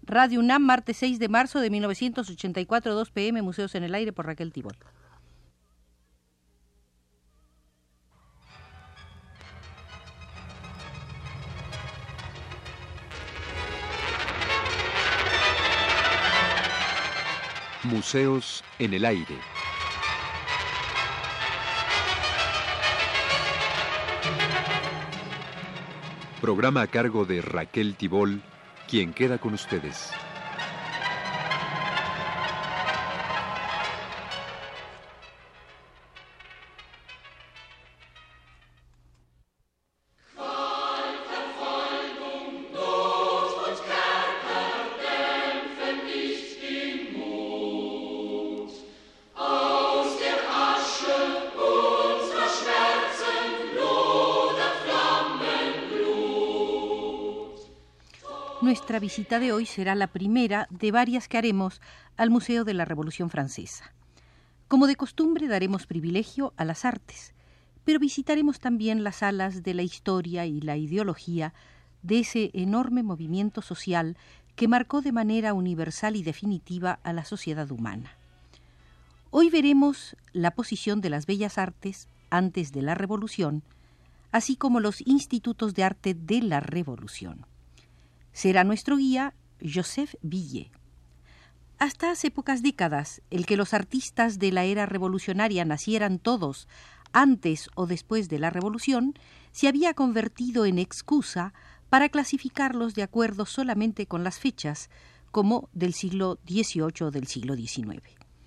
Radio UNAM, martes 6 de marzo de 1984, 2 p.m., Museos en el Aire, por Raquel Tibol. Museos en el Aire. Programa a cargo de Raquel Tibol, quien queda con ustedes. Nuestra visita de hoy será la primera de varias que haremos al Museo de la Revolución Francesa. Como de costumbre, daremos privilegio a las artes, pero visitaremos también las salas de la historia y la ideología de ese enorme movimiento social que marcó de manera universal y definitiva a la sociedad humana. Hoy veremos la posición de las bellas artes antes de la Revolución, así como los institutos de arte de la Revolución. Será nuestro guía Joseph Villiers. Hasta hace pocas décadas, el que los artistas de la era revolucionaria nacieran todos antes o después de la Revolución se había convertido en excusa para clasificarlos de acuerdo solamente con las fechas, como del siglo XVIII o del siglo XIX.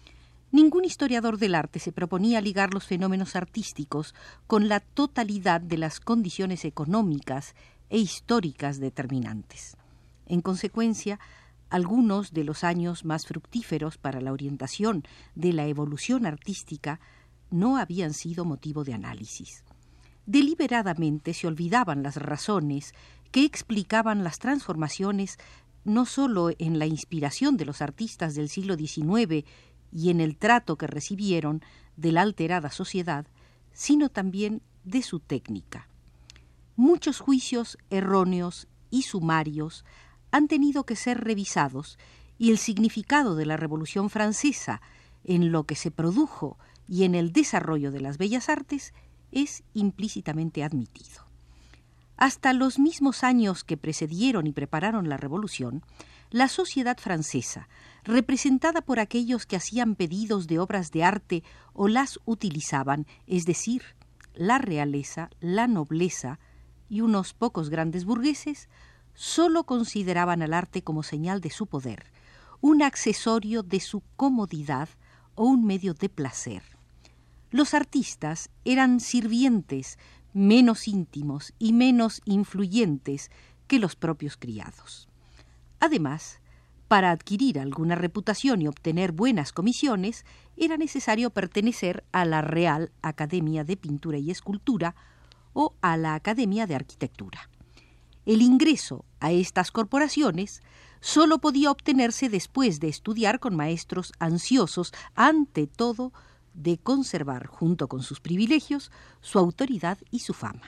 Ningún historiador del arte se proponía ligar los fenómenos artísticos con la totalidad de las condiciones económicas e históricas determinantes. En consecuencia, algunos de los años más fructíferos para la orientación de la evolución artística no habían sido motivo de análisis. Deliberadamente se olvidaban las razones que explicaban las transformaciones no sólo en la inspiración de los artistas del siglo XIX y en el trato que recibieron de la alterada sociedad, sino también de su técnica. Muchos juicios erróneos y sumarios han tenido que ser revisados y el significado de la Revolución Francesa en lo que se produjo y en el desarrollo de las bellas artes es implícitamente admitido. Hasta los mismos años que precedieron y prepararon la Revolución, la sociedad francesa, representada por aquellos que hacían pedidos de obras de arte o las utilizaban, es decir, la realeza, la nobleza y unos pocos grandes burgueses, solo consideraban al arte como señal de su poder, un accesorio de su comodidad o un medio de placer. Los artistas eran sirvientes menos íntimos y menos influyentes que los propios criados. Además, para adquirir alguna reputación y obtener buenas comisiones, era necesario pertenecer a la Real Academia de Pintura y Escultura o a la Academia de Arquitectura. El ingreso a estas corporaciones solo podía obtenerse después de estudiar con maestros ansiosos, ante todo, de conservar, junto con sus privilegios, su autoridad y su fama.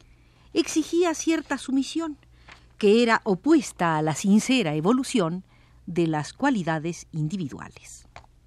Exigía cierta sumisión, que era opuesta a la sincera evolución de las cualidades individuales.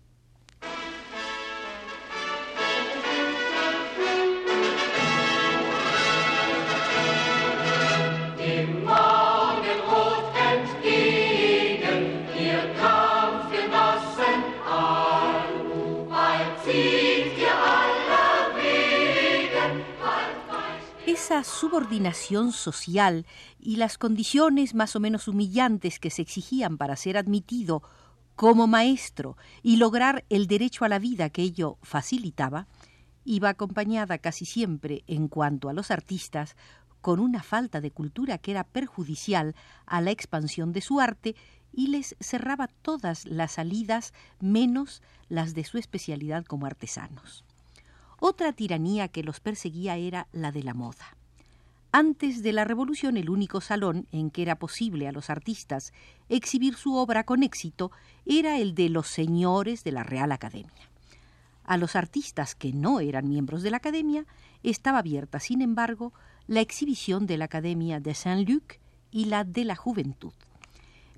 Esa subordinación social y las condiciones más o menos humillantes que se exigían para ser admitido como maestro y lograr el derecho a la vida que ello facilitaba, iba acompañada casi siempre, en cuanto a los artistas, con una falta de cultura que era perjudicial a la expansión de su arte y les cerraba todas las salidas menos las de su especialidad como artesanos. Otra tiranía que los perseguía era la de la moda. Antes de la Revolución, el único salón en que era posible a los artistas exhibir su obra con éxito era el de los señores de la Real Academia. A los artistas que no eran miembros de la Academia estaba abierta, sin embargo, la exhibición de la Academia de Saint-Luc y la de la Juventud.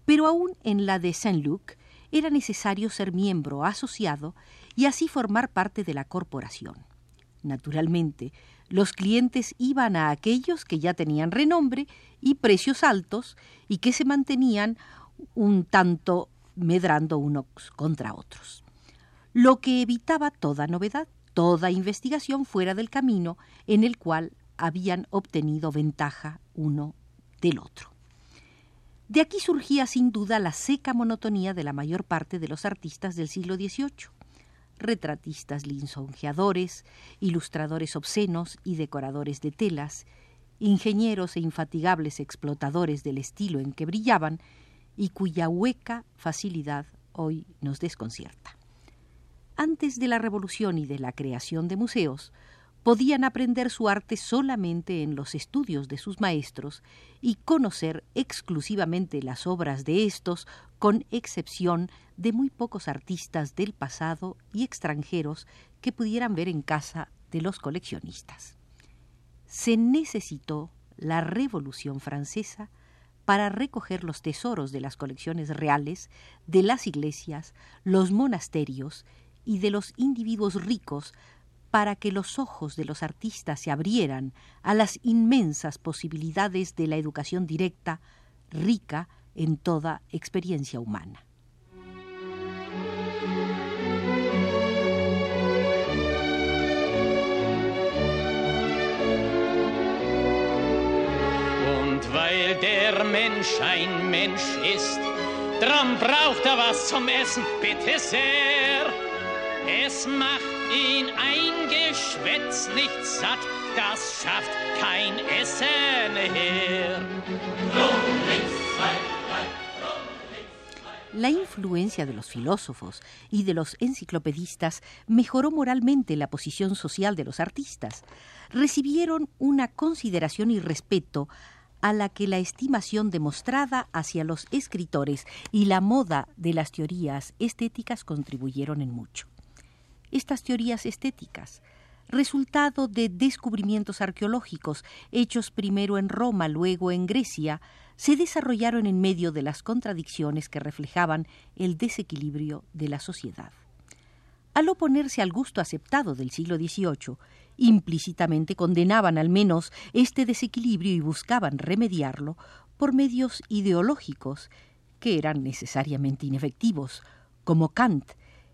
pero aún en la de Saint-Luc era necesario ser miembro asociado y así formar parte de la corporación. Naturalmente, los clientes iban a aquellos que ya tenían renombre y precios altos y que se mantenían un tanto medrando unos contra otros, lo que evitaba toda novedad, toda investigación fuera del camino en el cual habían obtenido ventaja uno del otro. De aquí surgía sin duda la seca monotonía de la mayor parte de los artistas del siglo XVIII. Retratistas lisonjeadores, ilustradores obscenos y decoradores de telas, ingenieros e infatigables explotadores del estilo en que brillaban y cuya hueca facilidad hoy nos desconcierta. Antes de la Revolución y de la creación de museos, podían aprender su arte solamente en los estudios de sus maestros y conocer exclusivamente las obras de éstos, con excepción de muy pocos artistas del pasado y extranjeros que pudieran ver en casa de los coleccionistas. Se necesitó la Revolución Francesa para recoger los tesoros de las colecciones reales, de las iglesias, los monasterios y de los individuos ricos, para que los ojos de los artistas se abrieran a las inmensas posibilidades de la educación directa, rica en toda experiencia humana. Und weil der Mensch ein Mensch ist, drum braucht was zum Essen, bitte sehr. Es macht ihn ein Geschwätz nicht satt, das schafft kein Essen her. La influencia de los filósofos y de los enciclopedistas mejoró moralmente la posición social de los artistas. Recibieron una consideración y respeto a la que la estimación demostrada hacia los escritores y la moda de las teorías estéticas contribuyeron en mucho. Estas teorías estéticas, resultado de descubrimientos arqueológicos hechos primero en Roma, luego en Grecia, se desarrollaron en medio de las contradicciones que reflejaban el desequilibrio de la sociedad. Al oponerse al gusto aceptado del siglo XVIII, implícitamente condenaban al menos este desequilibrio y buscaban remediarlo por medios ideológicos que eran necesariamente inefectivos, como Kant,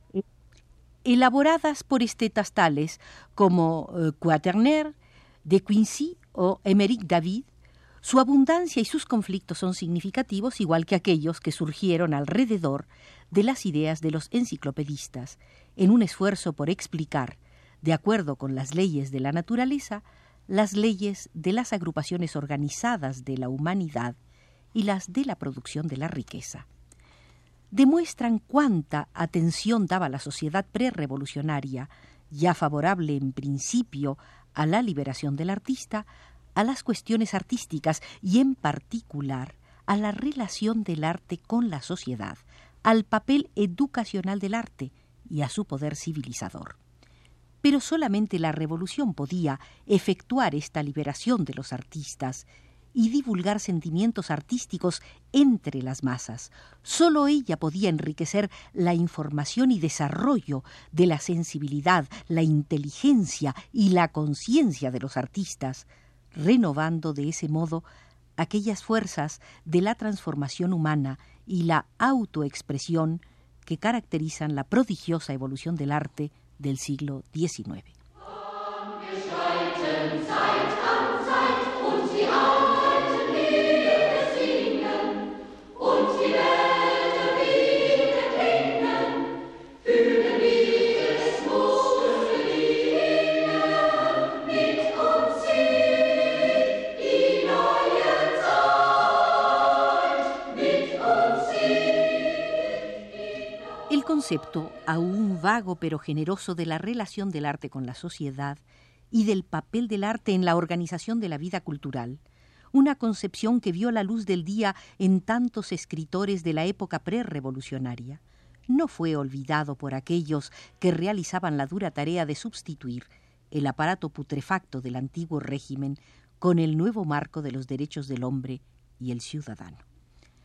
elaboradas por estetas tales como Quaternaire, De Quincey o Émeric David. Su abundancia y sus conflictos son significativos, igual que aquellos que surgieron alrededor de las ideas de los enciclopedistas, en un esfuerzo por explicar, de acuerdo con las leyes de la naturaleza, las leyes de las agrupaciones organizadas de la humanidad y las de la producción de la riqueza. Demuestran cuánta atención daba la sociedad prerrevolucionaria, ya favorable en principio a la liberación del artista, a las cuestiones artísticas y en particular a la relación del arte con la sociedad, al papel educacional del arte y a su poder civilizador. Pero solamente la revolución podía efectuar esta liberación de los artistas y divulgar sentimientos artísticos entre las masas. Solo ella podía enriquecer la información y desarrollo de la sensibilidad, la inteligencia y la conciencia de los artistas, renovando de ese modo aquellas fuerzas de la transformación humana y la autoexpresión que caracterizan la prodigiosa evolución del arte del siglo XIX. El concepto, aún vago pero generoso, de la relación del arte con la sociedad y del papel del arte en la organización de la vida cultural, una concepción que vio la luz del día en tantos escritores de la época prerrevolucionaria, no fue olvidado por aquellos que realizaban la dura tarea de sustituir el aparato putrefacto del antiguo régimen con el nuevo marco de los derechos del hombre y el ciudadano.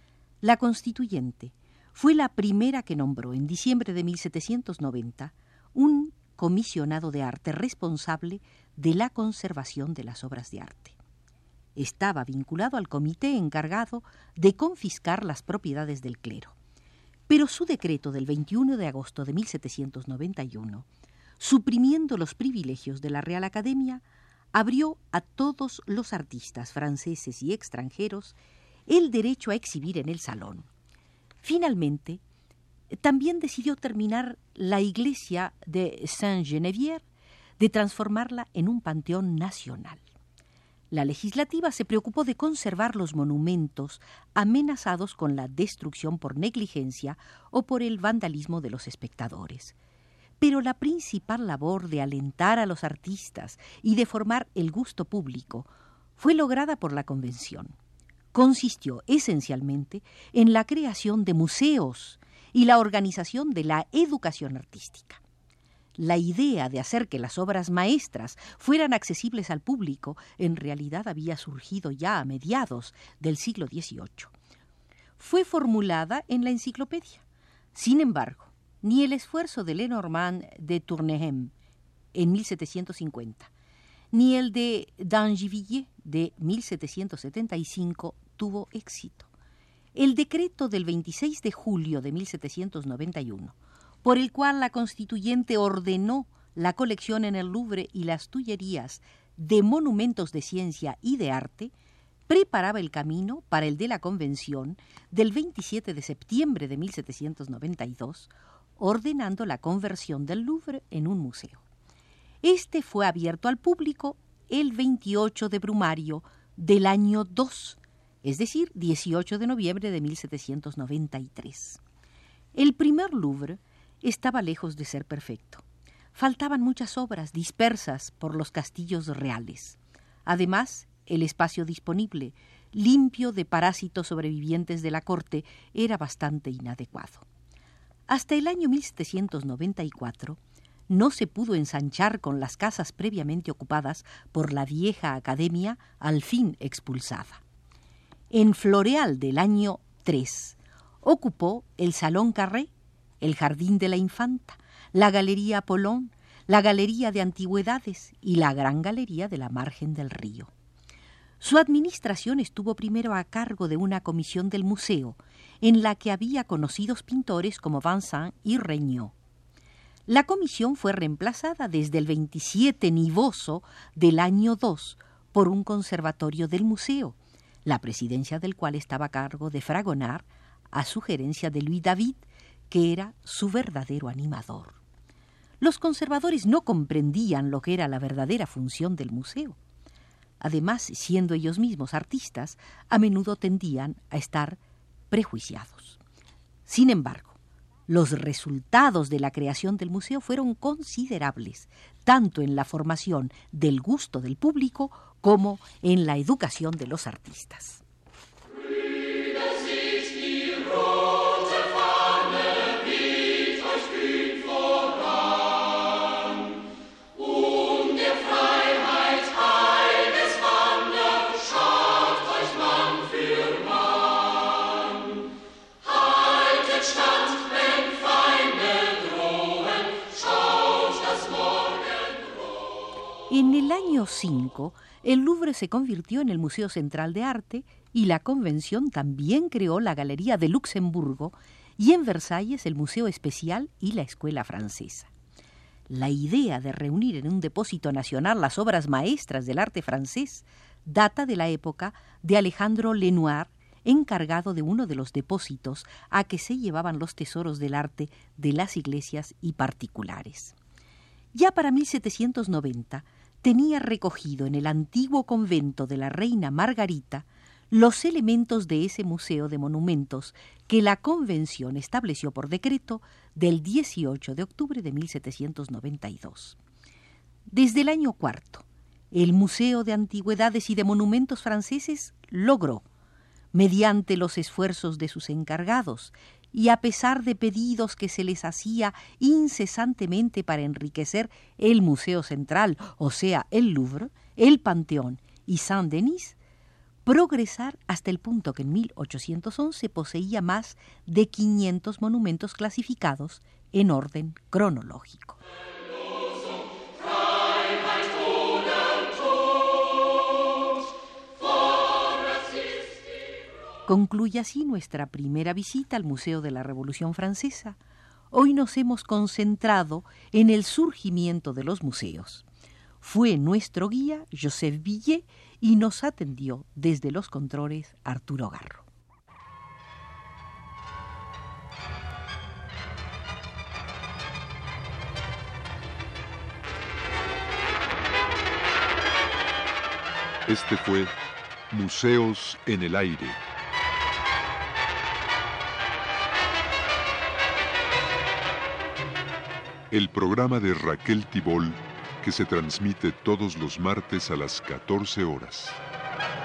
La Constituyente fue la primera que nombró en diciembre de 1790 un comisionado de arte responsable de la conservación de las obras de arte. Estaba vinculado al comité encargado de confiscar las propiedades del clero. Pero su decreto del 21 de agosto de 1791, suprimiendo los privilegios de la Real Academia, abrió a todos los artistas franceses y extranjeros el derecho a exhibir en el salón. Finalmente, también decidió terminar la iglesia de Saint-Geneviève, de transformarla en un panteón nacional. La legislativa se preocupó de conservar los monumentos amenazados con la destrucción por negligencia o por el vandalismo de los espectadores. Pero la principal labor de alentar a los artistas y de formar el gusto público fue lograda por la Convención. Consistió esencialmente en la creación de museos y la organización de la educación artística. La idea de hacer que las obras maestras fueran accesibles al público en realidad había surgido ya a mediados del siglo XVIII. Fue formulada en la enciclopedia. Sin embargo, ni el esfuerzo de Lenormand de Tournehem en 1750, ni el de d'Angevilliers de 1775 tuvo éxito. El decreto del 26 de julio de 1791, por el cual la Constituyente ordenó la colección en el Louvre y las Tullerías de monumentos de ciencia y de arte, preparaba el camino para el de la Convención del 27 de septiembre de 1792, ordenando la conversión del Louvre en un museo. Este fue abierto al público el 28 de Brumario del año 2, es decir, 18 de noviembre de 1793. El primer Louvre estaba lejos de ser perfecto. Faltaban muchas obras dispersas por los castillos reales. Además, el espacio disponible, limpio de parásitos sobrevivientes de la corte, era bastante inadecuado. Hasta el año 1794 no se pudo ensanchar con las casas previamente ocupadas por la vieja academia, al fin expulsada. En Floreal del año 3 ocupó el Salón Carré, el Jardín de la Infanta, la Galería Apollón, la Galería de Antigüedades y la Gran Galería de la Margen del Río. Su administración estuvo primero a cargo de una comisión del museo, en la que había conocidos pintores como Vincent y Regnault. La comisión fue reemplazada desde el 27 Nivoso del año 2 por un conservatorio del museo, la presidencia del cual estaba a cargo de Fragonard, a sugerencia de Louis David, que era su verdadero animador. Los conservadores no comprendían lo que era la verdadera función del museo. Además, siendo ellos mismos artistas, a menudo tendían a estar prejuiciados. Sin embargo, los resultados de la creación del museo fueron considerables, tanto en la formación del gusto del público como en la educación de los artistas. En el año 5, el Louvre se convirtió en el Museo Central de Arte y la Convención también creó la Galería de Luxemburgo y en Versalles el Museo Especial y la Escuela Francesa. La idea de reunir en un depósito nacional las obras maestras del arte francés data de la época de Alejandro Lenoir, encargado de uno de los depósitos a que se llevaban los tesoros del arte de las iglesias y particulares. Ya para 1790 tenía recogido en el antiguo convento de la Reina Margarita los elementos de ese museo de monumentos que la Convención estableció por decreto del 18 de octubre de 1792. Desde el año cuarto, el Museo de Antigüedades y de Monumentos franceses logró, mediante los esfuerzos de sus encargados y a pesar de pedidos que se les hacía incesantemente para enriquecer el Museo Central, o sea, el Louvre, el Panteón y Saint-Denis, progresar hasta el punto que en 1811 poseía más de 500 monumentos clasificados en orden cronológico. Concluye así nuestra primera visita al Museo de la Revolución Francesa. Hoy nos hemos concentrado en el surgimiento de los museos. Fue nuestro guía, Joseph Villet, y nos atendió desde los controles Arturo Garro. Este fue Museos en el Aire. El programa de Raquel Tibol, que se transmite todos los martes a las 14 horas.